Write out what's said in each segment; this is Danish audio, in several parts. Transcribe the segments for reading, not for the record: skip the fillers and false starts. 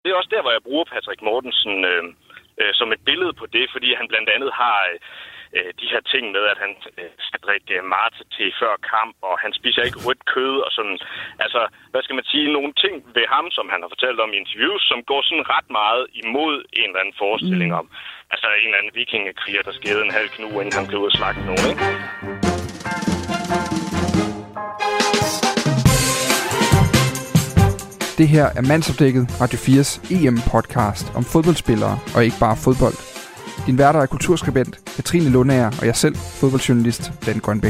det er også der, hvor jeg bruger Patrick Mortensen som et billede på det, fordi han blandt andet har de her ting med, at han skal drikke mate-te før kamp, og han spiser ikke rødt kød, og sådan, altså, hvad skal man sige, nogle ting ved ham, som han har fortalt om i interviews, som går sådan ret meget imod en eller anden forestilling om, altså en eller anden vikingekriger, der skede en halv knu, inden han blev ud og slagte nogen, ikke? Det her er Mandsopdækket, Radio 4's EM-podcast om fodboldspillere og ikke bare fodbold. Din værter er kulturskribent Katrine Lundager og jeg selv, fodboldjournalist Dan Grønbæk.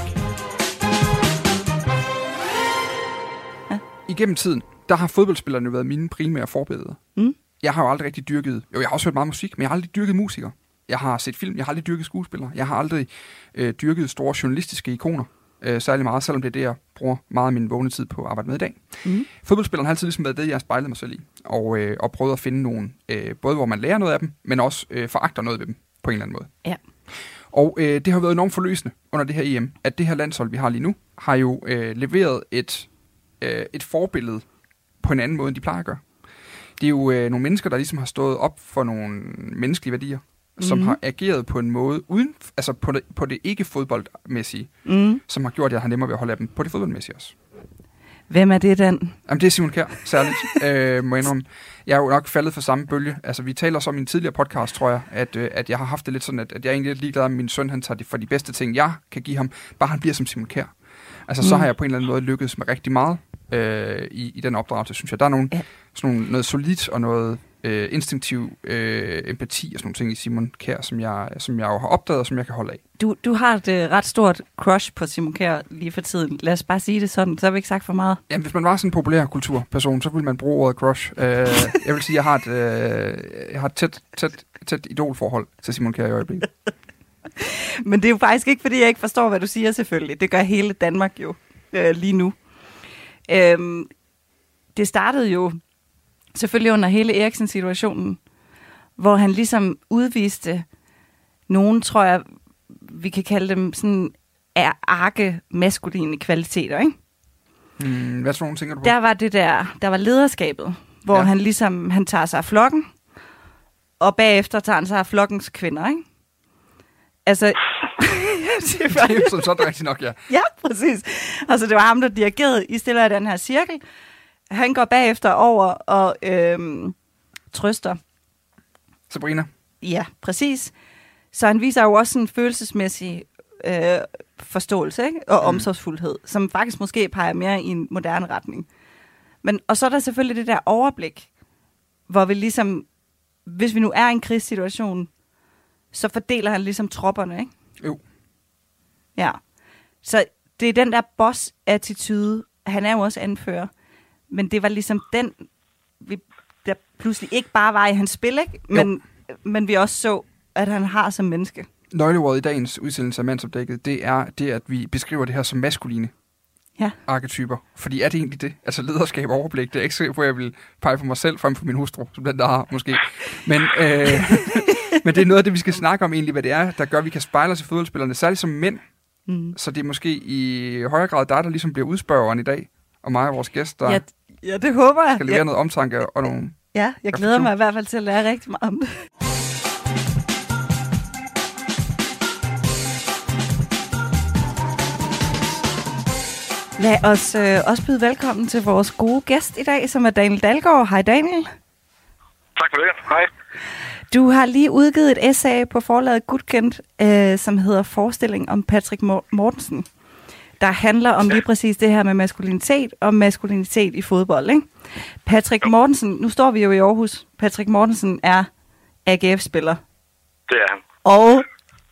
Ja. Igennem tiden, der har fodboldspillerne været mine primære forbilleder. Jeg har jo aldrig rigtig dyrket, jeg har også hørt meget musik, men jeg har aldrig dyrket musikere. Jeg har set film, jeg har aldrig dyrket skuespillere. Jeg har aldrig dyrket store journalistiske ikoner. Særlig meget, selvom det er det, jeg bruger meget af min vågne tid på at arbejde med i dag. Fodboldspilleren har altid ligesom været det, jeg har spejlet mig selv i, og prøvet at finde nogen, både hvor man lærer noget af dem, men også foragter noget ved dem på en eller anden måde. Ja. Og det har været enormt forløsende under det her EM, at det her landshold, vi har lige nu, har jo leveret et forbillede på en anden måde, end de plejer at gøre. Det er jo nogle mennesker, der ligesom har stået op for nogle menneskelige værdier, som har ageret på en måde uden, altså på det ikke fodboldmæssige, som har gjort, at jeg har nemmere ved at holde af dem på det fodboldmæssige også. Hvem er det, Dan? Jamen, det er Simon Kjær, særligt. Må jeg indrømme. Jeg er jo nok faldet for samme bølge. Altså, vi taler så om i en tidligere podcast, tror jeg, at jeg har haft det lidt sådan, at jeg er egentlig lidt ligeglad med min søn, han tager det for de bedste ting, jeg kan give ham, bare han bliver som Simon Kjær. Altså, så har jeg på en eller anden måde lykkedes med rigtig meget i den opdragelse, synes jeg. Der er noget solidt og noget instinktiv empati og sådan nogle ting i Simon Kjær, som jeg jo har opdaget, og som jeg kan holde af. Du har et ret stort crush på Simon Kjær lige for tiden. Lad os bare sige det sådan, så har vi ikke sagt for meget. Jamen, hvis man var sådan en populær kulturperson, så ville man bruge ordet crush. Jeg vil sige, jeg har et tæt idolforhold til Simon Kjær i øjeblikket. Men det er jo faktisk ikke, fordi jeg ikke forstår, hvad du siger selvfølgelig. Det gør hele Danmark jo lige nu. Det startede jo selvfølgelig under hele Eriksen-situationen, hvor han ligesom udviste nogen, tror jeg, vi kan kalde dem sådan arke-maskuline kvaliteter, ikke? Hvad for nogle tænker du på? Der var lederskabet, hvor han ligesom, han tager sig af flokken, og bagefter tager han sig af flokkens kvinder, ikke? Altså, det er jo som sådan rigtigt nok, ja. Ja, præcis. Altså, det var ham, der dirigerede i stille af den her cirkel. Han går bagefter over og trøster Sabrina. Ja, præcis. Så han viser jo også en følelsesmæssig forståelse, ikke? Og omsorgsfuldhed, som faktisk måske peger mere i en moderne retning. Og så er der selvfølgelig det der overblik, hvor vi ligesom, hvis vi nu er i en krigssituation, så fordeler han ligesom tropperne, ikke? Jo. Ja. Så det er den der boss-attitude. Han er jo også anfører. Men det var ligesom den, der pludselig ikke bare var i hans spil, ikke? Men vi også så, at han har som menneske. Nøgleordet i dagens udsendelse af Mandsopdækket, det er det, at vi beskriver det her som maskuline arketyper. Fordi er det egentlig det? Altså lederskab og overblik, det er ikke sikkert på, at jeg vil pege for mig selv frem for min hustru, som den der har måske. Men, men det er noget af det, vi skal snakke om egentlig, hvad det er, der gør, at vi kan spejle os i fodboldspillerne, særligt som mænd. Så det er måske i højere grad dig, der ligesom bliver udspørgeren i dag, og mig og vores gæster. Ja, det håber jeg. Skal levere noget omtanke og nogle... Ja, jeg glæder mig i hvert fald til at lære rigtig meget om det. Lad os også byde velkommen til vores gode gæst i dag, som er Daniel Dalgaard. Hej Daniel. Tak for det. Hej. Du har lige udgivet et essay på forlaget Gudkendt, som hedder Forestilling om Patrick Mortensen, der handler om lige præcis det her med maskulinitet og maskulinitet i fodbold, ikke? Patrick Mortensen, nu står vi jo i Aarhus. Patrick Mortensen er AGF-spiller. Det er han. Og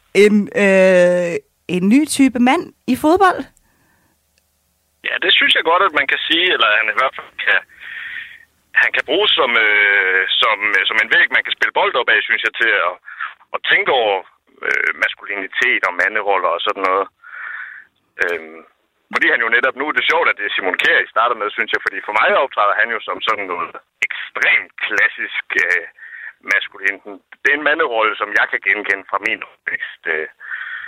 en ny type mand i fodbold. Ja, det synes jeg godt, at man kan sige, eller han i hvert fald kan bruges som en væg, man kan spille bold op af, synes jeg, til at tænke over maskulinitet og manderoller og sådan noget. Fordi han jo netop nu, det er sjovt, at det er Simon Kjær, I starter med, synes jeg, fordi for mig optræder han jo som sådan noget ekstremt klassisk maskulin. Det er en manderolle, som jeg kan genkende fra min opvækst.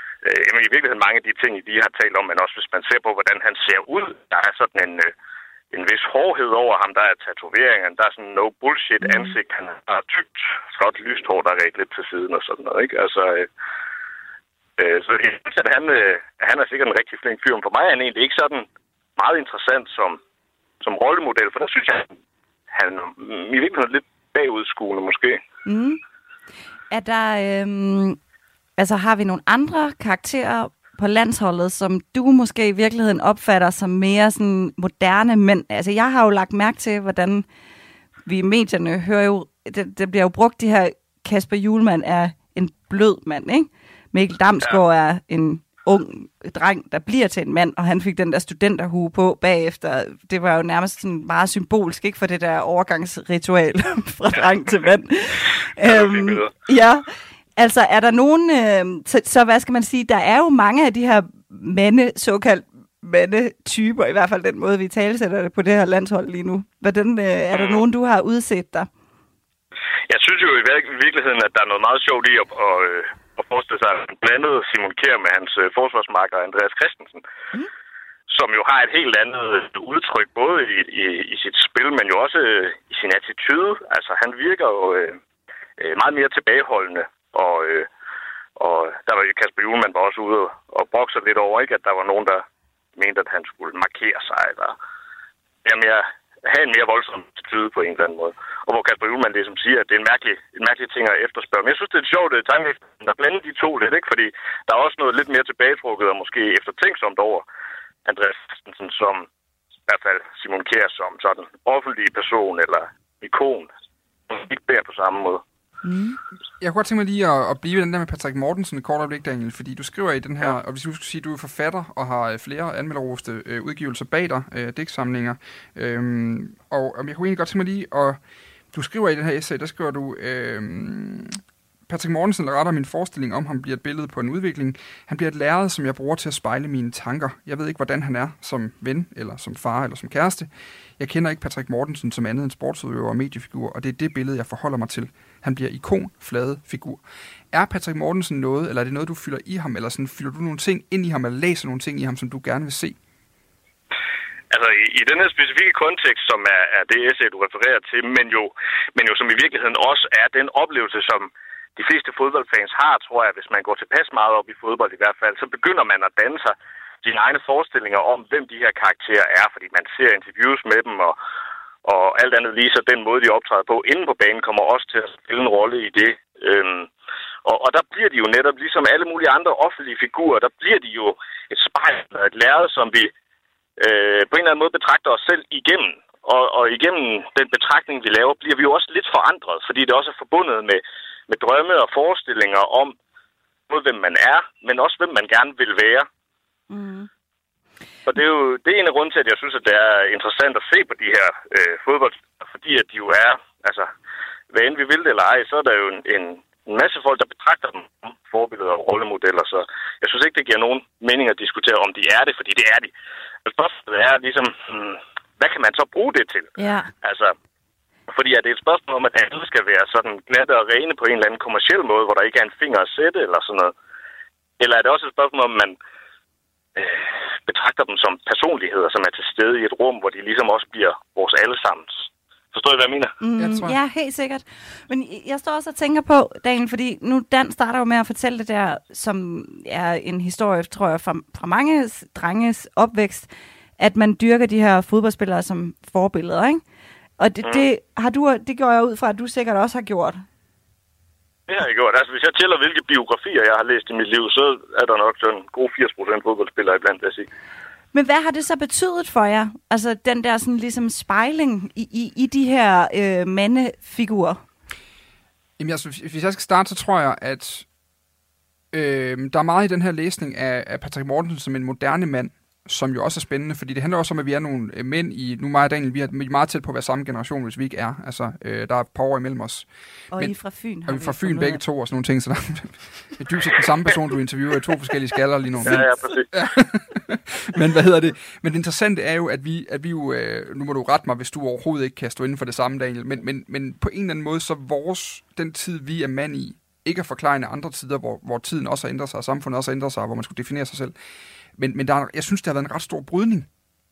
I virkeligheden mange af de ting, I lige har talt om, men også hvis man ser på, hvordan han ser ud, der er sådan en vis hårdhed over ham. Der er tatoveringen, der er sådan no bullshit ansigt. Han har tykt, flot lyst hår, der er ret lidt til siden og sådan noget, ikke? Altså, så jeg synes, at han er sikkert en rigtig flink fyr. Men for mig er han egentlig ikke sådan meget interessant som rollemodel, for der synes jeg, han i virkeligheden lidt bagudskuende måske. Mm. Er der, altså har vi nogle andre karakterer på landsholdet, som du måske i virkeligheden opfatter som mere sådan moderne mænd? Altså jeg har jo lagt mærke til, hvordan vi i medierne hører jo, det bliver jo brugt, de her Kasper Hjulmand er en blød mand, ikke? Mikkel Damsgaard er en ung dreng, der bliver til en mand, og han fik den der studenterhue på bagefter. Det var jo nærmest sådan meget symbolsk, ikke, for det der overgangsritual fra dreng til mand. Ja, altså er der nogen, så hvad skal man sige, der er jo mange af de her såkaldt mandetyper, i hvert fald den måde, vi talesætter det på det her landshold lige nu. Hvordan er der nogen, du har udset dig? Jeg synes jo i virkeligheden, at der er noget meget sjovt i at forestille sig, at han blandede Simon Kjær med hans forsvarsmarker Andreas Christensen, som jo har et helt andet udtryk, både i sit spil, men jo også i sin attitude. Altså, han virker jo meget mere tilbageholdende, og der var jo Kasper Hjulmand var også ude og brokse lidt over, ikke, at der var nogen, der mente, at han skulle markere sig, eller have en mere voldsom attitude på en eller anden måde. Og hvor Kasper Hjulmand ligesom siger, at det er en mærkelig ting at efterspørge. Men jeg synes, det er et sjovt tanke, at blande de to lidt, ikke? Fordi der er også noget lidt mere tilbagetrukket, og måske eftertænksomt over Andreas Christensen som, i hvert fald Simon Kjær som sådan offentlig person eller ikon. Ikke bærer på samme måde. Mm. Jeg kunne godt tænke mig lige at blive den der med Patrick Mortensen et kort øjeblik, Daniel, fordi du skriver i den her, og hvis du skal sige, at du er forfatter og har flere anmelderroste udgivelser bag dig, digtsamlinger, og jeg kunne egentlig godt tænke mig lige, og du skriver i den her essay, der skriver du, Patrick Mortensen retter min forestilling om ham bliver et billede på en udvikling. Han bliver et lærred, som jeg bruger til at spejle mine tanker. Jeg ved ikke, hvordan han er som ven, eller som far, eller som kæreste. Jeg kender ikke Patrick Mortensen som andet end sportsudøver og mediefigur, og det er det billede, jeg forholder mig til. Han bliver ikon, flade figur. Er Patrick Mortensen noget, eller er det noget, du fylder i ham, eller sådan, fylder du nogle ting ind i ham, eller læser nogle ting i ham, som du gerne vil se? Altså i den her specifikke kontekst, som er det essay, du refererer til, men jo som i virkeligheden også er den oplevelse, som de fleste fodboldfans har, tror jeg, hvis man går tilpas meget op i fodbold i hvert fald, så begynder man at danne sig sine egne forestillinger om, hvem de her karakterer er, fordi man ser interviews med dem, og alt andet lige så den måde, de optræder på inden på banen, kommer også til at spille en rolle i det. Og der bliver de jo netop, ligesom alle mulige andre offentlige figurer, der bliver de jo et spejl og et lærred, som vi på en eller anden måde betragter os selv igennem. Og igennem den betragtning, vi laver, bliver vi jo også lidt forandret, fordi det også er forbundet med drømme og forestillinger om både hvem man er, men også hvem man gerne vil være. Mm. Og det er en af grunden til, at jeg synes, at det er interessant at se på de her fodboldspillere, fordi at de jo er, altså, hvad end vi vil det eller ej, så er der jo en masse folk, der betragter dem som forbilleder og rollemodeller, så jeg synes ikke, det giver nogen mening at diskutere, om de er det, fordi det er de. Spørgsmålet er ligesom, hvad kan man så bruge det til? Ja. Altså, fordi er det et spørgsmål om, at alle skal være sådan glatte og rene på en eller anden kommerciel måde, hvor der ikke er en finger at sætte eller sådan noget? Eller er det også et spørgsmål om, at man betragter dem som personligheder, som er til stede i et rum, hvor de ligesom også bliver vores allesammens? Forstår I, hvad jeg mener? Ja, helt sikkert. Men jeg står også og tænker på, Daniel, fordi nu Dan starter jo med at fortælle det der, som er en historie, tror jeg, fra mange drenges opvækst, at man dyrker de her fodboldspillere som forbilleder, ikke? Og det går jeg ud fra, at du sikkert også har gjort. Det har jeg gjort. Altså, hvis jeg tæller, hvilke biografier jeg har læst i mit liv, så er der nok sådan gode 80% fodboldspillere iblandt, vil jeg sige. Men hvad har det så betydet for jer? Altså, den der sådan ligesom spejling i de her mandefigurer? Jamen, altså, hvis jeg skal starte, så tror jeg, at der er meget i den her læsning af Patrick Mortensen som en moderne mand, som jo også er spændende, fordi det handler også om, at vi er nogle mænd i, nu mig og Daniel, vi er meget tæt på at være samme generation, hvis vi ikke er. Altså, der er et par år imellem os. Og I er fra Fyn. Og vi er fra Fyn begge to og sådan nogle ting, så der er dybt set den samme person, du interviewer i to forskellige skaller lige nu. Ja, præcis. Ja. Men hvad hedder det? Men det interessante er jo, at vi jo, nu må du rette mig, hvis du overhovedet ikke kan stå inden for det samme, Daniel, men på en eller anden måde, så den tid, vi er mand i, ikke at forklare andre tider, hvor tiden også har ændret sig, og samfundet også har ændret sig, hvor man skulle definere sig selv. Men jeg synes, der har været en ret stor brydning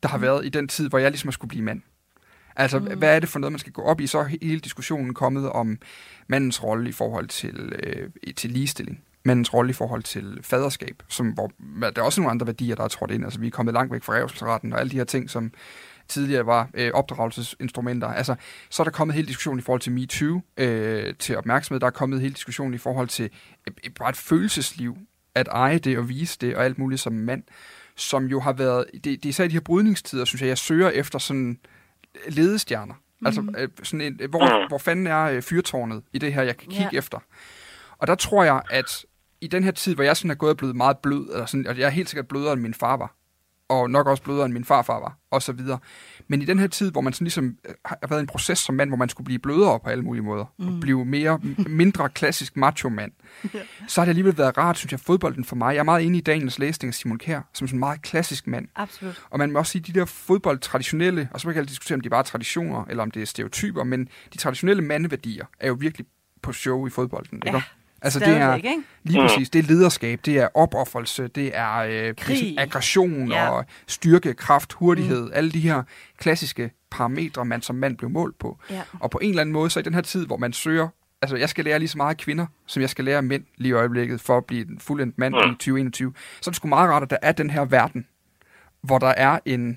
der har været i den tid, hvor jeg ligesom skulle blive mand. Altså, hvad er det for noget, man skal gå op i? Så er hele diskussionen kommet om mandens rolle i forhold til ligestilling. Mandens rolle i forhold til faderskab, hvor der er også nogle andre værdier, der er trådt ind. Altså, vi er kommet langt væk fra revselsretten og alle de her ting, som tidligere var opdragelsesinstrumenter. Altså, så er der kommet hele diskussionen i forhold til MeToo, til opmærksomhed. Der er kommet hele diskussionen i forhold til bare et følelsesliv, at eje det og vise det og alt muligt som mand, som jo har været, det er især i de her brydningstider, synes jeg søger efter sådan ledestjerner. Altså, sådan hvor fanden er fyrtårnet i det her, jeg kan kigge efter. Og der tror jeg, at i den her tid, hvor jeg sådan er gået og blevet meget blød, eller sådan, og jeg er helt sikkert blødere end min far var, og nok også blødere end min farfar var, og så videre. Men i den her tid, hvor man sådan ligesom har været en proces som mand, hvor man skulle blive blødere på alle mulige måder, og blive mindre klassisk macho-mand, så har det alligevel været rart, synes jeg, fodbolden for mig. Jeg er meget enig i Daniels læsning af Simon Kjær, som sådan en meget klassisk mand. Absolut. Og man må også sige, de der fodboldtraditionelle, og så kan jeg diskutere, om de er bare traditioner, eller om det er stereotyper, men de traditionelle mandeværdier er jo virkelig på show i fodbolden, ikke? Altså det er lige præcis, det er lederskab, det er opoffrelse, det er aggression og styrke, kraft, hurtighed, alle de her klassiske parametre, man som mand blev målt på. Ja. Og på en eller anden måde, så i den her tid, hvor man søger, altså jeg skal lære lige så meget af kvinder, som jeg skal lære af mænd lige i øjeblikket, for at blive en fuldendt mand i 2021, så er det sgu meget rart, at der er den her verden, hvor der er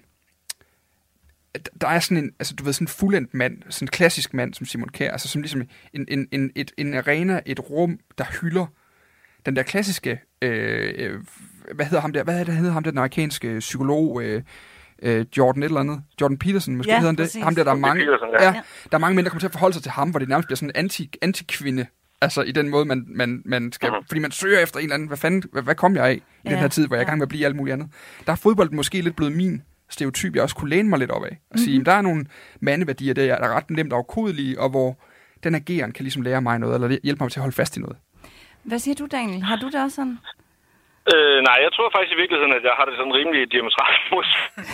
sådan en, altså du ved, sådan en fuldendt mand, sådan en klassisk mand som Simon Kjær, altså som ligesom en arena, et rum, der hylder den der klassiske, hvad hedder ham der, den amerikanske psykolog, Jordan et eller andet, Jordan Peterson, måske hedder han det, ham der er mange, der er mange mænd, der kommer til at forholde sig til ham, hvor det nærmest bliver sådan en antikvinde, altså i den måde, man skal, fordi man søger efter en eller anden, hvad kom jeg af i den her tid, hvor jeg er i gang med at blive alt muligt andet. Der er fodbolden måske lidt blevet min stereotyp, jeg også kunne læne mig lidt op af. Og sige, der er nogle mandeværdier, der er ret nemt afkodelige, og hvor den ageren kan ligesom lære mig noget, eller hjælpe mig til at holde fast i noget. Hvad siger du, Daniel? Har du det også sådan? Nej, jeg tror faktisk i virkeligheden, at jeg har det sådan rimelig diametralt mod.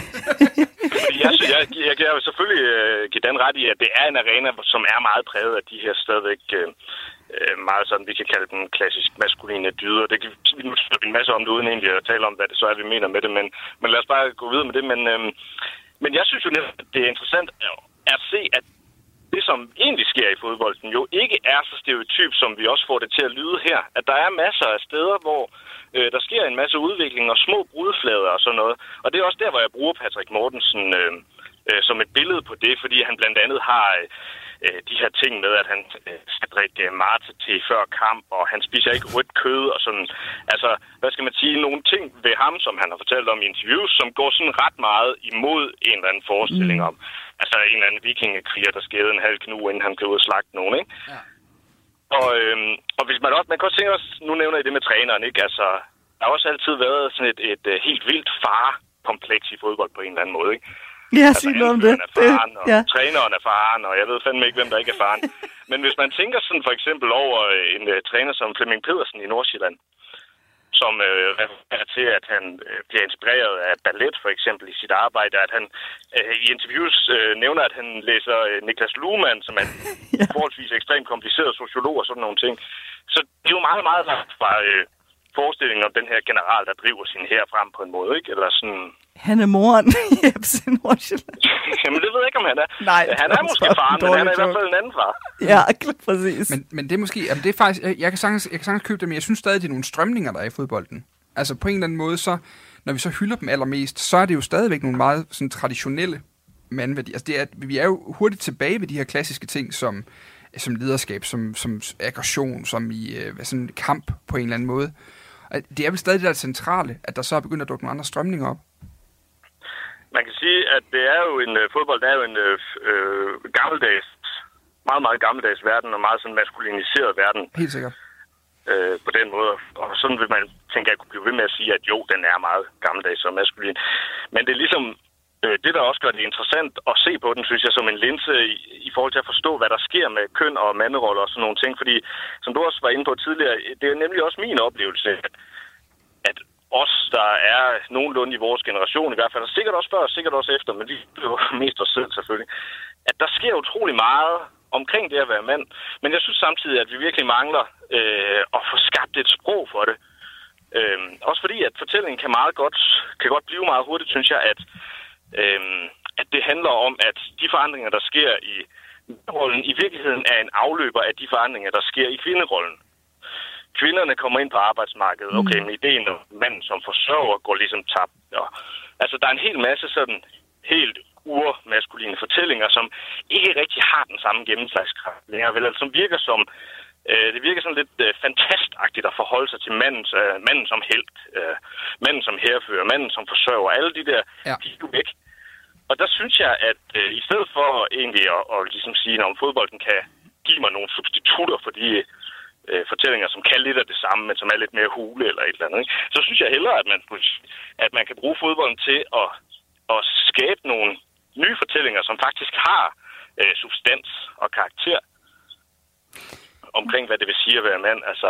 Jeg kan jo selvfølgelig give den ret i, at det er en arena, som er meget præget af de her stadigvæk meget sådan, vi kan kalde dem klassisk maskuline dyder. Det kan vi nu spørge en masse om det, uden egentlig at tale om, hvad det så er, vi mener med det, men lad os bare gå videre med det. Men jeg synes jo netop, at det er interessant at se, at det, som egentlig sker i fodbolden, jo ikke er så stereotyp, som vi også får det til at lyde her. At der er masser af steder, hvor der sker en masse udvikling og små brudflader og sådan noget. Og det er også der, hvor jeg bruger Patrick Mortensen som et billede på det, fordi han blandt andet har de her ting med, at han skal drikke mate til før kamp, og han spiser ikke rødt kød og sådan. Altså, hvad skal man sige, nogle ting ved ham, som han har fortalt om i interviews, som går sådan ret meget imod en eller anden forestilling om. Altså en eller anden vikingekriger, der skævede en halv knu, inden han blev ud og slagte nogen, ikke? Ja. Og hvis man også, man kan også tænke os, nu nævner I det med træneren, ikke? Altså, der har også altid været sådan et helt vildt farekompleks i fodbold på en eller anden måde, ikke? Ja, altså, sig noget om det. Faren, og træneren er faren, og jeg ved fandme ikke, hvem der ikke er faren. Men hvis man tænker sådan for eksempel over en træner som Flemming Pedersen i Nordsjælland, som refererer til, at han bliver inspireret af ballet for eksempel i sit arbejde, at han i interviews nævner, at han læser Niklas Luhmann, som er en forholdsvis ekstremt kompliceret sociolog og sådan nogle ting. Så det er jo meget, meget langt fra forestillingen om den her general, der driver sin hær frem på en måde, ikke? Eller sådan... Han er moren i FC Nordsjælland. Jamen, det ved jeg ikke, om han er. Nej, han er måske faren, men han er i hvert fald en anden far. Ja, præcis. Men det er måske... Jamen, det er faktisk... Jeg kan sagtens købe det, men jeg synes stadig, det er nogle strømninger, der er i fodbolden. Altså, på en eller anden måde, så... Når vi så hylder dem allermest, så er det jo stadigvæk nogle meget sådan, traditionelle mandværdier. Altså, vi er jo hurtigt tilbage ved de her klassiske ting, som lederskab, som aggression, som i sådan kamp på en eller anden måde. Det er vel stadig det der centrale, at der så er begyndt at dukke nogle andre strømninger op. Man kan sige, at det er jo fodbold er jo en gammeldags, meget, meget gammeldags verden, og meget sådan maskuliniseret verden. Helt sikkert. På den måde. Og sådan vil man tænke, at jeg kunne blive ved med at sige, at jo, den er meget gammeldags og maskulin. Men det er ligesom det, der også gør det interessant at se på den, synes jeg, som en linse i forhold til at forstå, hvad der sker med køn og manderoller og sådan nogle ting. Fordi, som du også var inde på tidligere, det er nemlig også min oplevelse, at os, der er nogenlunde i vores generation, i hvert fald, sikkert også før, sikkert også efter, men vi er jo mest os selv selvfølgelig, at der sker utrolig meget omkring det at være mand. Men jeg synes samtidig, at vi virkelig mangler at få skabt et sprog for det. Også fordi, at fortællingen kan godt blive meget hurtigt, synes jeg, at at det handler om, at de forandringer, der sker i rollen, i virkeligheden er en afløber af de forandringer, der sker i kvinderollen. Kvinderne kommer ind på arbejdsmarkedet. Okay, men ideen om manden som forsørger går ligesom tabt. Ja. Altså, der er en hel masse sådan helt urmaskuline fortællinger, som ikke rigtig har den samme gennemslagskraft længere, vel? Altså, som virker som det virker sådan lidt fantastagtigt at forholde sig til manden som helt, manden som hærfører, manden som forsørger, alle de der, de er jo væk. Og der synes jeg, at i stedet for egentlig at ligesom sige, om fodbolden kan give mig nogle substitutter for de fortællinger, som kan lidt af det samme, men som er lidt mere hule eller et eller andet, ikke? Så synes jeg hellere, at man kan bruge fodbolden til at skabe nogle nye fortællinger, som faktisk har substans og karakter omkring, hvad det vil sige at være mand. Altså,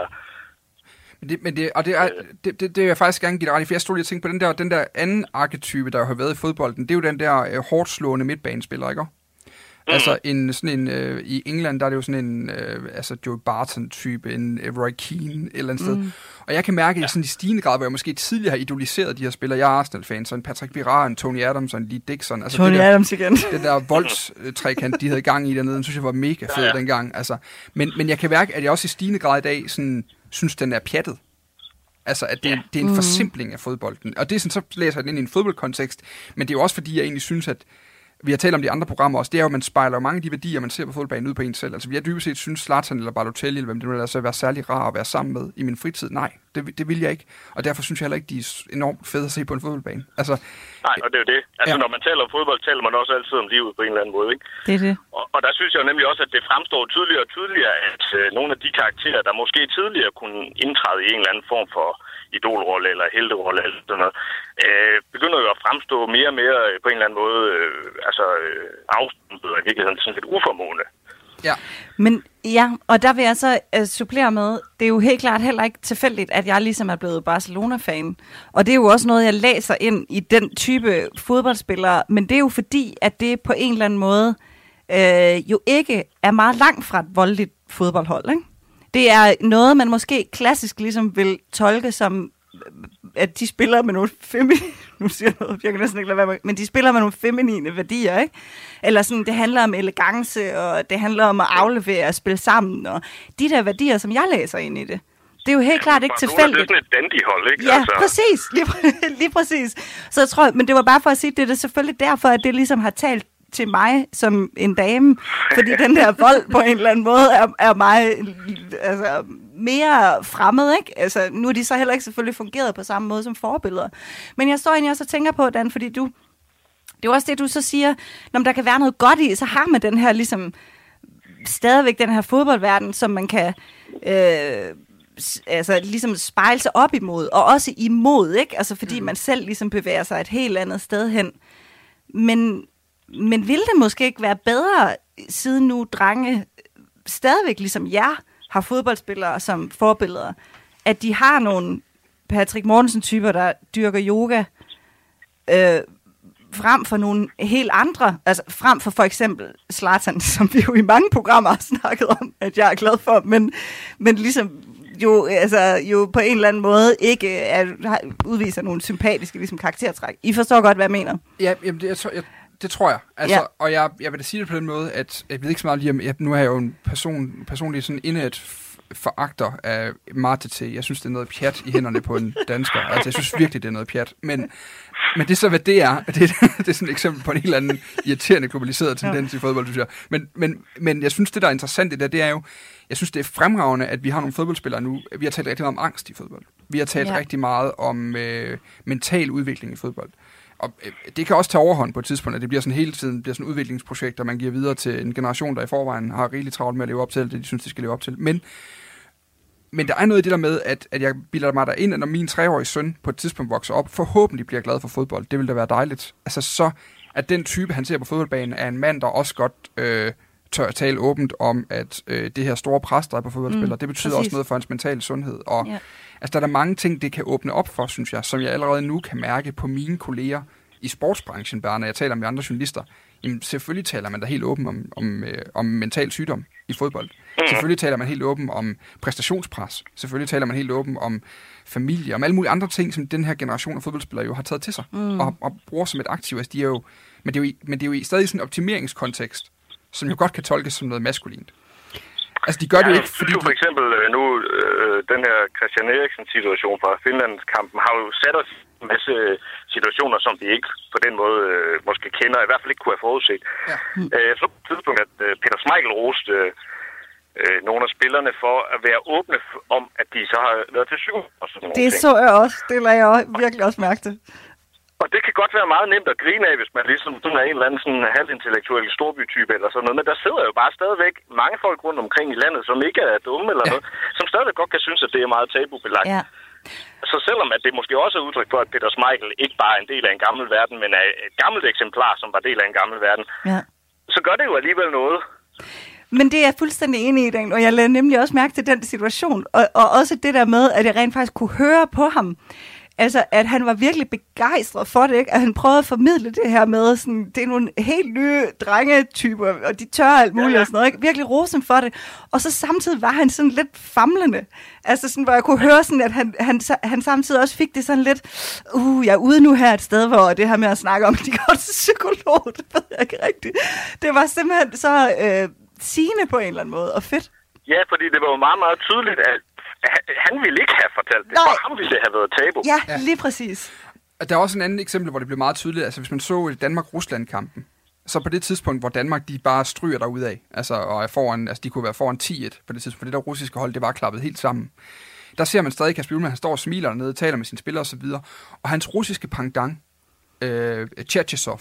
det vil jeg faktisk gerne give dig ret i, for jeg stod lige og tænkte på den der anden arketype, der har været i fodbolden. Det er jo den der hårdt slående midtbanespiller, ikke? Altså i England, der er det jo sådan en Joey Barton-type, en Roy Keane et eller andet sted. Og jeg kan mærke, at sådan i stigende grad, hvor jeg måske tidligere har idoliseret de her spillere, jeg er Arsenal-fan, så en Patrick Vieira, en Tony Adams og en Lee Dixon. Altså Tony Adams igen. Den der voldstrækant, de havde gang i dernede, den synes jeg var mega fed dengang. Altså, men jeg kan mærke, at jeg også i stigende grad i dag sådan, synes, den er pjattet. Altså, at det er en forsimpling af fodbolden. Og det er sådan, så læser jeg den ind i en fodboldkontekst, men det er jo også fordi, jeg egentlig synes, at vi har talt om de andre programmer også, det er jo, at man spejler mange af de værdier, man ser på fodboldbanen ud på en selv. Altså, vi har dybest set synes Zlatan eller Balotelli, eller hvem det nu er, så være særlig rar at være sammen med i min fritid. Nej, det vil jeg ikke. Og derfor synes jeg heller ikke, de er enormt fede at se på en fodboldbane. Altså, nej, og det er jo det. Altså, når man taler om fodbold, taler man også altid om livet på en eller anden måde, ikke? Det er det. Og der synes jeg jo nemlig også, at det fremstår tydeligere og tydeligere, at nogle af de karakterer, der måske tidligere kunne indtræde i en eller anden form for idolrolle eller helterolle eller sådan noget, begynder jo at fremstå mere og mere på en eller anden måde afstumpet og i virkeligheden sådan lidt uformående. Ja. Men ja, og der vil jeg så supplere med, det er jo helt klart heller ikke tilfældigt, at jeg ligesom er blevet Barcelona-fan. Og det er jo også noget, jeg læser ind i den type fodboldspillere, men det er jo fordi, at det på en eller anden måde jo ikke er meget langt fra et voldeligt fodboldhold, ikke? Det er noget, man måske klassisk ligesom vil tolke som, at de spiller med nogle nu siger jeg noget, jeg kan næsten ikke lade være med, men de spiller med nogle feminine værdier, ikke? Eller sådan, det handler om elegance, og det handler om at aflevere og spille sammen, og de der værdier, som jeg læser ind i det. Det er jo helt klart ikke tilfældigt. Det er sådan et dandyhold, ikke? Ja, altså. Præcis. Lige præcis. Så jeg tror, men det var bare for at sige, det er selvfølgelig derfor, at det ligesom har talt til mig som en dame, fordi den der vold på en eller anden måde er mig mere fremmed, ikke? Altså, nu er de så heller ikke selvfølgelig fungeret på samme måde som forbilleder. Men jeg står egentlig også og tænker på, Dan, fordi det er jo også det, du så siger, når der kan være noget godt i, så har man den her ligesom stadigvæk den her fodboldverden, som man kan ligesom spejle sig op imod, og også imod, ikke? Altså, fordi man selv ligesom bevæger sig et helt andet sted hen. Men ville det måske ikke være bedre, siden nu drenge stadigvæk ligesom jer har fodboldspillere som forbilleder, at de har nogle Patrick Mortensen-typer, der dyrker yoga, frem for nogle helt andre, altså frem for eksempel Zlatan, som vi jo i mange programmer har snakket om, at jeg er glad for, men ligesom jo på en eller anden måde ikke udviser nogle sympatiske ligesom karaktertræk. I forstår godt, hvad jeg mener? Ja, jamen det tror jeg. Altså, ja. Og jeg vil da sige det på den måde, at jeg ved ikke så meget lige om, nu er jeg jo en personlig sådan indet foragter af Marte til. Jeg synes, det er noget pjat i hænderne på en dansker. Altså, jeg synes virkelig, det er noget pjat. Men det er så, hvad det er. Det er sådan et eksempel på en helt anden irriterende globaliseret tendens i fodbold, synes jeg. Men jeg synes, det der er interessant i det er jo, jeg synes, det er fremragende, at vi har nogle fodboldspillere nu. Vi har talt rigtig meget om angst i fodbold. Vi har talt rigtig meget om mental udvikling i fodbold. Og det kan også tage overhånd på et tidspunkt, at det bliver sådan hele tiden sådan udviklingsprojekter, man giver videre til en generation, der i forvejen har rigeligt travlt med at leve op til det, de synes, de skal leve op til. Men der er noget i det der med, at jeg bilder mig derind, at når min 3-årige søn på et tidspunkt vokser op, forhåbentlig bliver glad for fodbold. Det vil da være dejligt. Altså så, at den type, han ser på fodboldbanen, er en mand, der også godt tør at tale åbent om, at det her store pres, der er på fodboldspillere, det betyder også noget for hans mentale sundhed. Og altså, der er mange ting, det kan åbne op for, synes jeg, som jeg allerede nu kan mærke på mine kolleger i sportsbranchen, bare når jeg taler med andre journalister. Jamen, selvfølgelig taler man da helt åbent om mental sygdom i fodbold. Selvfølgelig taler man helt åben om præstationspres. Selvfølgelig taler man helt åben om familie, om alle mulige andre ting, som den her generation af fodboldspillere jo har taget til sig og bruger som et aktiv. Altså, de er jo, men det er jo stadig sådan en optimeringskontekst, som jo godt kan tolkes som noget maskulint. Altså, de gør det jo ikke, fordi... For eksempel nu, den her Christian Eriksen-situation fra Finlandskampen har jo sat os en masse situationer, som vi ikke på den måde måske kender, i hvert fald ikke kunne have forudset. Ja. Jeg så på et tidspunkt, at Peter Schmeichel roste nogle af spillerne for at være åbne om, at de så har været til syv. Det så jeg også. Det lader jeg virkelig også mærke til. Og det kan godt være meget nemt at grine af, hvis man ligesom sådan er en eller anden sådan halvintellektuel storbytype eller sådan noget. Men der sidder jo bare stadigvæk mange folk rundt omkring i landet, som ikke er dumme eller noget, som stadigvæk godt kan synes, at det er meget tabubelagt. Ja. Så selvom at det måske også er udtryk for, at Peter Schmeichel ikke bare er en del af en gammel verden, men er et gammelt eksemplar, som var del af en gammel verden, så gør det jo alligevel noget. Men det er jeg fuldstændig enig i, Dan, og jeg lagde nemlig også mærke til den situation, og også det der med, at jeg rent faktisk kunne høre på ham, altså, at han var virkelig begejstret for det, ikke? At han prøvede at formidle det her med, sådan, det er nogle helt nye drengetyper, og de tør alt muligt og sådan noget, ikke? Virkelig rosen for det. Og så samtidig var han sådan lidt famlende. Altså, sådan, hvor jeg kunne høre sådan, at han samtidig også fik det sådan lidt, jeg er ude nu her et sted, hvor det her med at snakke om, at de går til psykolog, det ved jeg ikke rigtigt. Det var simpelthen så sigende på en eller anden måde, og fedt. Ja, fordi det var jo meget, meget tydeligt, at han ville ikke have fortalt det, for ham ville det have været tabu. Ja, lige præcis. Der er også en anden eksempel, hvor det blev meget tydeligt. Altså, hvis man så Danmark-Rusland-kampen, så på det tidspunkt, hvor Danmark de bare stryger derudad, altså, og er foran, altså, de kunne være foran 10-1 på det tidspunkt, for det der russiske hold, det var klappet helt sammen. Der ser man stadig Kasper Hjulmand, han står og smiler dernede, taler med sine spillere osv., og hans russiske pendant, Cherchesov,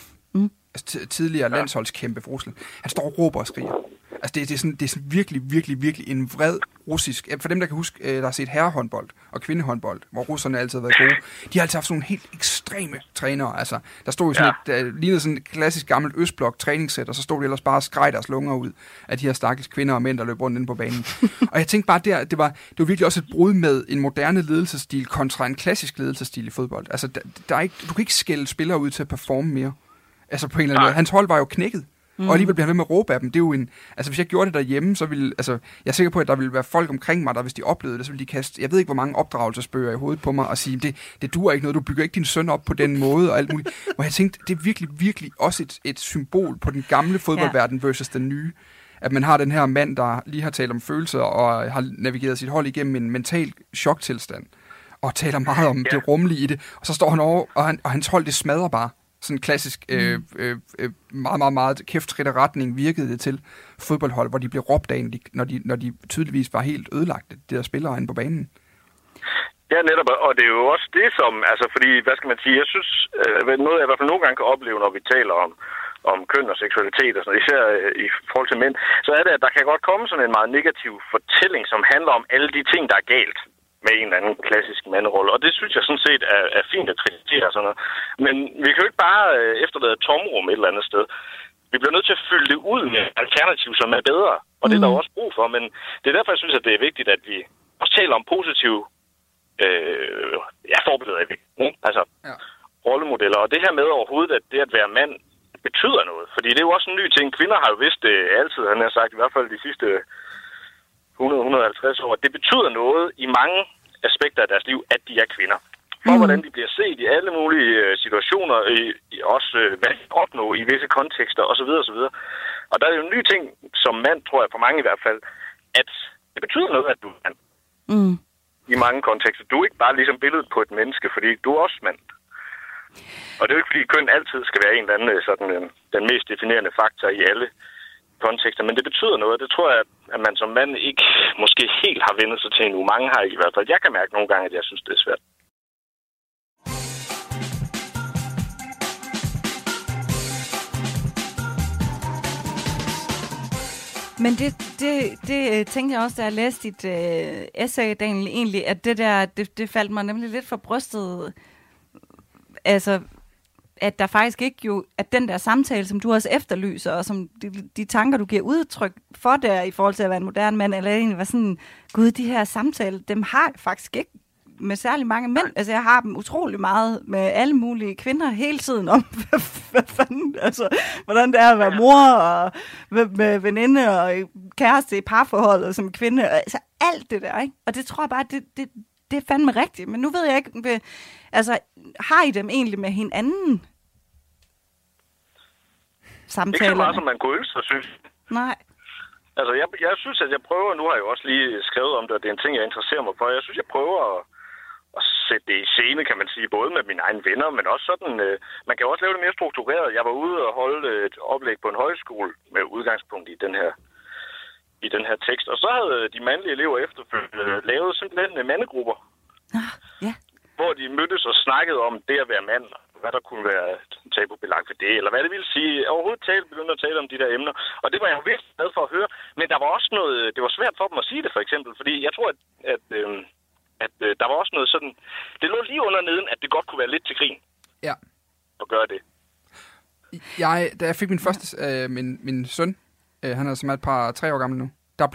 tidligere landsholdskæmpe for Rusland, han står og råber og skriger. Altså, det er sådan virkelig en vred russisk... For dem, der kan huske, der har set herrehåndbold og kvindehåndbold, hvor russerne altid har været gode, de har altid haft sådan nogle helt ekstreme trænere. Altså, der stod jo sådan lignede sådan et klassisk gammelt østblok træningssæt, og så stod de ellers bare og skreg deres lunger ud af de her stakkels kvinder og mænd, der løb rundt inde på banen. Og jeg tænkte bare, det var virkelig også et brud med en moderne ledelsesstil kontra en klassisk ledelsesstil i fodbold. Altså, der er ikke, du kan ikke skælde spillere ud til at performe mere. Altså, på en eller anden måde. Hans hold var jo knækket. Og alligevel bliver han ved med at råbe af dem. Det er jo hvis jeg gjorde det derhjemme, så ville... Altså, jeg er sikker på, at der ville være folk omkring mig, der hvis de oplevede det, så ville de kaste... Jeg ved ikke, hvor mange opdragelsesbøger i hovedet på mig og sige, det duer ikke noget, du bygger ikke din søn op på den måde og alt muligt. Hvor jeg tænkte, det er virkelig også et symbol på den gamle fodboldverden versus den nye. At man har den her mand, der lige har talt om følelser og har navigeret sit hold igennem en mental choktilstand. Og taler meget om det rummelige i det. Og så står han over, og hans hold, det smadrer bare. Sådan en klassisk, meget kæftrittet retning virkede det til fodboldhold, hvor de blev råbt af, når de tydeligvis var helt ødelagte, de der spillere inde på banen. Ja, netop, og det er jo også det, som, altså fordi, hvad skal man sige, jeg synes, noget jeg i hvert fald nogle gange kan opleve, når vi taler om køn og seksualitet, og sådan, især i forhold til mænd, så er det, at der kan godt komme sådan en meget negativ fortælling, som handler om alle de ting, der er galt med en eller anden klassisk manderolle. Og det synes jeg sådan set er fint at kritisere sådan noget. Men vi kan jo ikke bare efterlade et tomrum et eller andet sted. Vi bliver nødt til at fylde det ud med alternativ, som er bedre. Og det er der også brug for. Men det er derfor, jeg synes, at det er vigtigt, at vi også taler om positive forbilleder. Altså rollemodeller. Og det her med overhovedet, at det at være mand betyder noget. Fordi det er jo også en ny ting. Kvinder har jo vidst det altid, han har sagt, i hvert fald de sidste 100-150 år. Det betyder noget i mange aspekter af deres liv, at de er kvinder. For hvordan de bliver set i alle mulige situationer, også hvad de opnår i visse kontekster osv. osv. Og der er jo en ny ting, som mand, tror jeg for mange i hvert fald, at det betyder noget, at du er mand. I mange kontekster. Du er ikke bare ligesom billedet på et menneske, fordi du er også mand. Og det er jo ikke, fordi køn altid skal være en eller anden sådan, den mest definerende faktor i alle kontekster, men det betyder noget. Det tror jeg, at man som mand ikke måske helt har vendt sig til endnu. Mange har ikke i hvert fald. Jeg kan mærke nogle gange, at jeg synes, det er svært. Men det tænkte jeg også, da jeg læste dit essay, Daniel, egentlig, at det faldt mig nemlig lidt for brystet. Altså, at der faktisk ikke jo, at den der samtale, som du også efterlyser, og som de tanker, du giver udtryk for der, i forhold til at være en moderne mand, eller egentlig var sådan, gud, de her samtaler, dem har jeg faktisk ikke med særlig mange mænd. Altså, jeg har dem utrolig meget med alle mulige kvinder hele tiden om, hvad fanden, altså, hvordan det er at være mor og med veninde og kæreste i parforholdet som kvinde. Altså, alt det der, ikke? Og det tror jeg bare, det er fandme rigtigt. Men nu ved jeg ikke, altså, har I dem egentlig med hinanden? Samtaler? Ikke så meget, som man kunne ønske sig, synes. Nej. Altså, jeg synes, at jeg prøver, nu har jeg jo også lige skrevet om det, og det er en ting, jeg interesserer mig for. Jeg synes, jeg prøver at sætte det i scene, kan man sige, både med mine egne venner, men også sådan, man kan også lave det mere struktureret. Jeg var ude og holde et oplæg på en højskole med udgangspunkt i den her tekst, og så havde de mandlige elever efterfølgende lavet simpelthen mandegrupper. Ja. Hvor de mødtes og snakkede om det at være mand, hvad der kunne være tabubelagt for det, eller hvad det ville sige. Overhovedet begyndte at tale om de der emner. Og det var jeg jo virkelig glad for at høre. Men der var også noget, det var svært for dem at sige det, for eksempel. Fordi jeg tror, at der var også noget sådan, det lå lige under neden, at det godt kunne være lidt til grin. Ja. At gøre det. Da jeg fik min første, min søn, han er som et par 3 år gammel nu,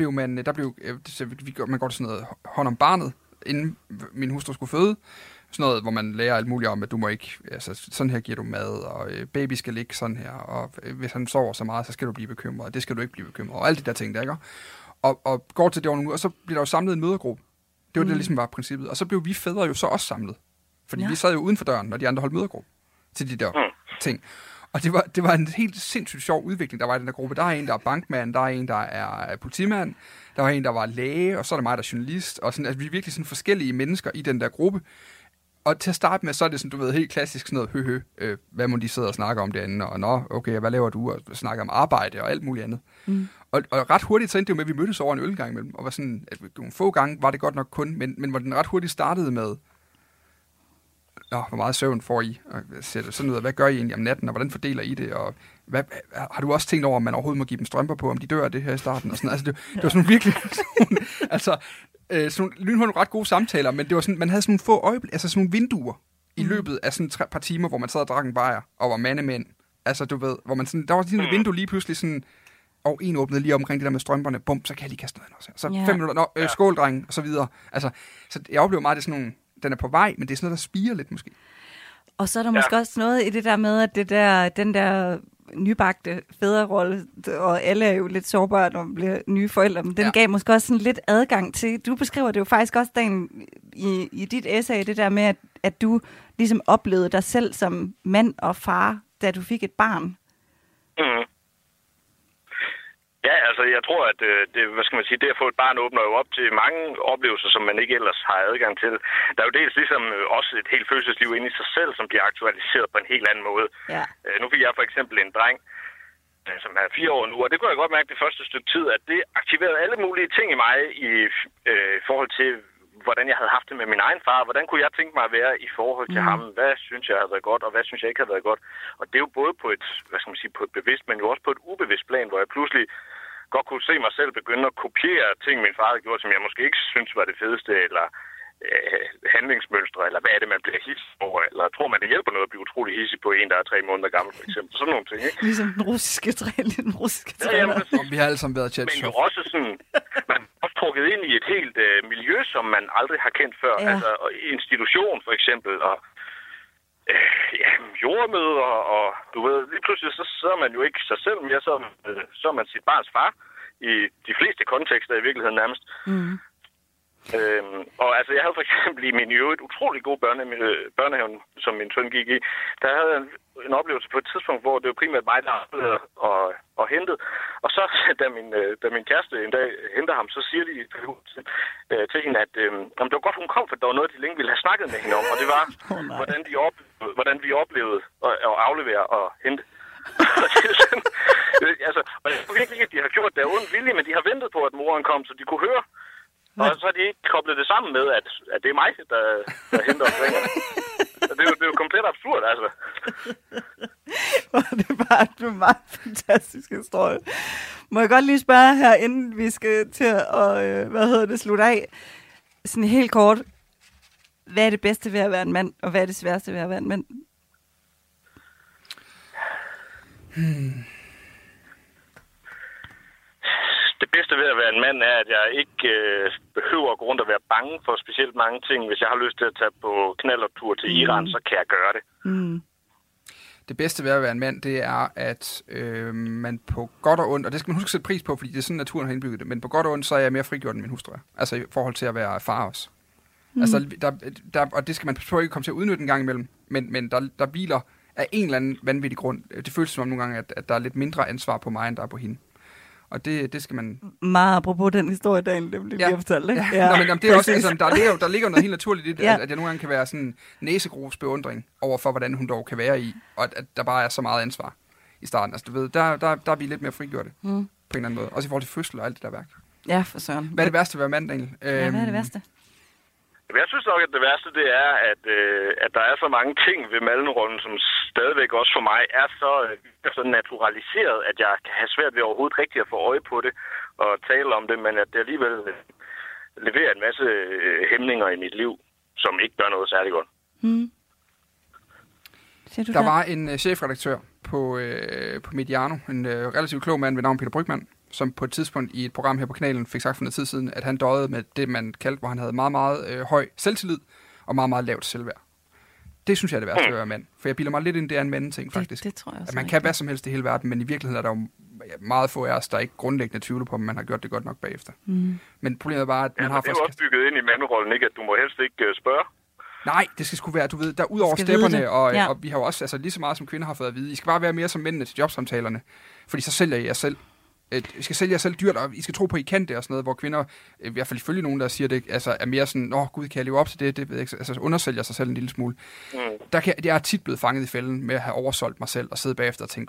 man går til sådan noget hånd om barnet, inden min hustru skulle føde. Sådan noget, hvor man lærer alt muligt om, at du må ikke, altså sådan her giver du mad, og baby skal ligge sådan her, og hvis han sover så meget, så skal du blive bekymret, og det skal du ikke blive bekymret, og alle de der ting der, ikke? Og går til det over nogle uger, og så bliver der jo samlet en mødergruppe. Det var det, der ligesom var princippet. Og så blev vi fædre jo så også samlet. Fordi vi sad jo uden for døren, når de andre holdt mødergruppe til de der ting. Og det var en helt sindssygt sjov udvikling, der var i den der gruppe. Der er en, der er bankmand, der er en, der er politimand, der var en, der var læge, og så er der mig, der er journalist. Og sådan, altså, vi er virkelig sådan forskellige mennesker i den der gruppe. Og til at starte med, så er det sådan, du ved, helt klassisk sådan noget, hvad må de sidde og snakke om derinde, og okay, hvad laver du, og snakke om arbejde og alt muligt andet. Og ret hurtigt så endte det jo med, at vi mødtes over en ølgang imellem, og var sådan, at nogle få gange var det godt nok kun, men hvor den ret hurtigt startede med, hvor meget søvn får I, og sætter sådan noget, hvad gør I egentlig om natten, og hvordan fordeler I det, og har du også tænkt over, om man overhovedet må give dem strømper på, om de dør af det her i starten, og sådan, altså det var sådan virkelig, altså, sådan nogle ret gode samtaler, men det var sådan, man havde sådan nogle få øjeblik, altså sådan nogle vinduer i løbet af sådan et par timer, hvor man sad og drak en bajer og var mandemænd. Altså du ved, hvor man sådan, der var sådan et vindue lige pludselig sådan, og en åbnede lige omkring det der med strømperne, bum, så kan jeg lige kaste noget ind også. Så 5 minutter, skål, dreng, og så videre. Altså, så jeg oplever meget, det er sådan nogle, den er på vej, men det er sådan noget, der spirer lidt måske. Og så er der måske også noget i det der med, at den der nybagte fædrerolle, og alle er jo lidt sårbare, når man bliver nye forældre, men den gav måske også sådan lidt adgang til, du beskriver det jo faktisk også, Dan, i dit essay, det der med, at du ligesom oplevede dig selv som mand og far, da du fik et barn. Ja, altså jeg tror, at det at få et barn åbner jo op til mange oplevelser, som man ikke ellers har adgang til. Der er jo dels ligesom også et helt følelsesliv inde i sig selv, som bliver aktualiseret på en helt anden måde. Ja. Nu fik jeg for eksempel en dreng, som er 4 år nu, og det kunne jeg godt mærke det første stykke tid, at det aktiverede alle mulige ting i mig i forhold til, hvordan jeg havde haft det med min egen far. Hvordan kunne jeg tænke mig at være i forhold til ham? Hvad synes jeg havde været godt, og hvad synes jeg ikke havde været godt? Og det er jo både på et, på et bevidst, men jo også på et ubevidst plan, hvor jeg pludselig godt kunne se mig selv begynde at kopiere ting, min far havde gjort, som jeg måske ikke synes var det fedeste, eller handlingsmønstre, eller hvad er det, man bliver hissig over, eller tror man, det hjælper noget at blive utrolig hissig på en, der er 3 måneder gammel, for eksempel. Sådan nogle ting, ikke? Ligesom den russiske træner. Ja, vi har alle sammen været chat. Men jo også sådan, man er også trukket ind i et helt miljø, som man aldrig har kendt før. Ja. Altså institution, for eksempel, og jordmøder, og du ved, lige pludselig så er man jo ikke sig selv mere, så er man sit barns far, i de fleste kontekster i virkeligheden nærmest. Og altså, jeg havde for eksempel i min øvrigt utrolig gode børnehaven, som min søn gik i, der havde jeg en oplevelse på et tidspunkt, hvor det var primært mig, der arbejdede og hentede. Og så, da min kæreste en dag henter ham, så siger de til hende, at det var godt, hun kom, for der var noget, de længe ville have snakket med hende om, og det var, hvordan vi oplevede at aflevere og hente. Altså, og jeg tror virkelig ikke, at de har gjort det af ond vilje, men de har ventet på, at moren kom, så de kunne høre. Og så har de ikke koblet det sammen med, at det er mig, der henter og bringer. Det er jo komplet absurd, altså. Det er bare en meget fantastisk historie. Må jeg godt lige spørge her, inden vi skal til at, slutte af, sådan helt kort. Hvad er det bedste ved at være en mand, og hvad er det sværeste ved at være en mand? Det bedste ved at være en mand er, at jeg ikke behøver at gå rundt og være bange for specielt mange ting. Hvis jeg har lyst til at tage på knallertur til Iran, så kan jeg gøre det. Mm. Det bedste ved at være en mand, det er, at man på godt og ondt, og det skal man huske at sætte pris på, fordi det er sådan, naturen har indbygget det, men på godt og ondt, så er jeg mere frigjort end min hustru. Altså i forhold til at være far også. Altså, og det skal man ikke komme til at udnytte en gang imellem, men der hviler af en eller anden vanvittig grund. Det føles som om nogle gange, at der er lidt mindre ansvar på mig, end der er på hende. Og det skal man... Meget apropos den historie, det bliver fortalt, ikke? Ja. Nå, men det er også, altså, der ligger noget helt naturligt i det, at jeg nogle gange kan være sådan næsegrus beundring over for, hvordan hun dog kan være i, og at der bare er så meget ansvar i starten. Altså, du ved, der er vi lidt mere frigjorte på en eller anden måde. Også i forhold til fødsel og alt det der værk. Ja, for søren. Hvad er det værste ved at være mand, Daniel? Ja, hvad er det værste? Jeg synes nok, at det værste det er, at der er så mange ting ved mandrollen, som stadigvæk også for mig er så naturaliseret, at jeg kan have svært ved overhovedet rigtigt at få øje på det og tale om det, men at det alligevel leverer en masse hæmninger i mit liv, som ikke gør noget særlig godt. Der var en chefredaktør på Mediano, en relativt klog mand ved navn Peter Brygmann, som på et tidspunkt i et program her på kanalen fik sagt for noget tid siden, at han døjede med det, man kaldte, hvor han havde meget, meget høj selvtillid og meget, meget lavt selvværd. Det synes jeg er det værste ved at være mand. For jeg bilder mig lidt ind, det er en mandeting, faktisk. Det tror jeg også. At man kan hvad som helst i hele verden, men i virkeligheden er der jo meget få af os, der ikke grundlæggende tvivler på, om man har gjort det godt nok bagefter. Men problemet er bare, at man har det er jo også bygget ind i mandrollen, ikke? At du må helst ikke spørge. Nej, det skal sgu være, du ved, der ud over stepperne, og vi har jo også, altså lige så meget som kvinder har fået at vide, I skal bare være mere som mændene til jobsamtalerne, fordi så sælger I jer selv. I skal sælge jer selv dyrt, og I skal tro på, I kan det og sådan noget, hvor kvinder, i hvert fald ifølge nogen, der siger det, altså er mere sådan, gud, kan jeg leve op til det ved jeg ikke, altså undersælger sig selv en lille smule. Jeg er tit blevet fanget i fælden med at have oversolgt mig selv, og sidde bagefter og tænke,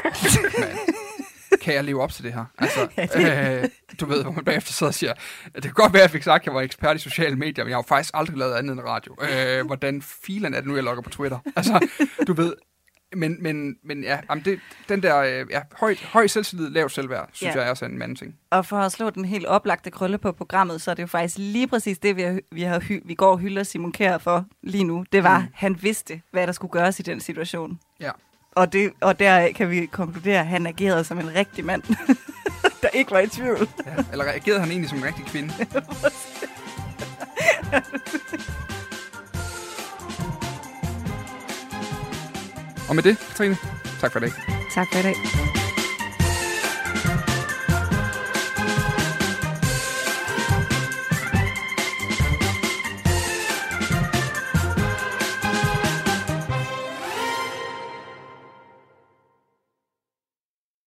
kan jeg leve op til det her? Altså, du ved, hvor man bagefter sidder og siger, det kan godt være, at jeg fik sagt, at jeg var ekspert i sociale medier, men jeg har jo faktisk aldrig lavet andet end radio. Hvordan filen er det nu, jeg logger på Twitter? Altså, du ved, men ja, den der høj selvtillid, lavt selvværd, synes jeg er også en mandeting. Og for at slå den helt oplagte krølle på programmet, så er det jo faktisk lige præcis det, vi går og hylder Simon Kjær for lige nu. Det var, han vidste, hvad der skulle gøres i den situation. Ja. Og der kan vi konkludere, at han agerede som en rigtig mand, der ikke var i tvivl. Ja, eller agerede han egentlig som en rigtig kvinde? Og med det, Katrine, tak for i dag. Tak for i dag.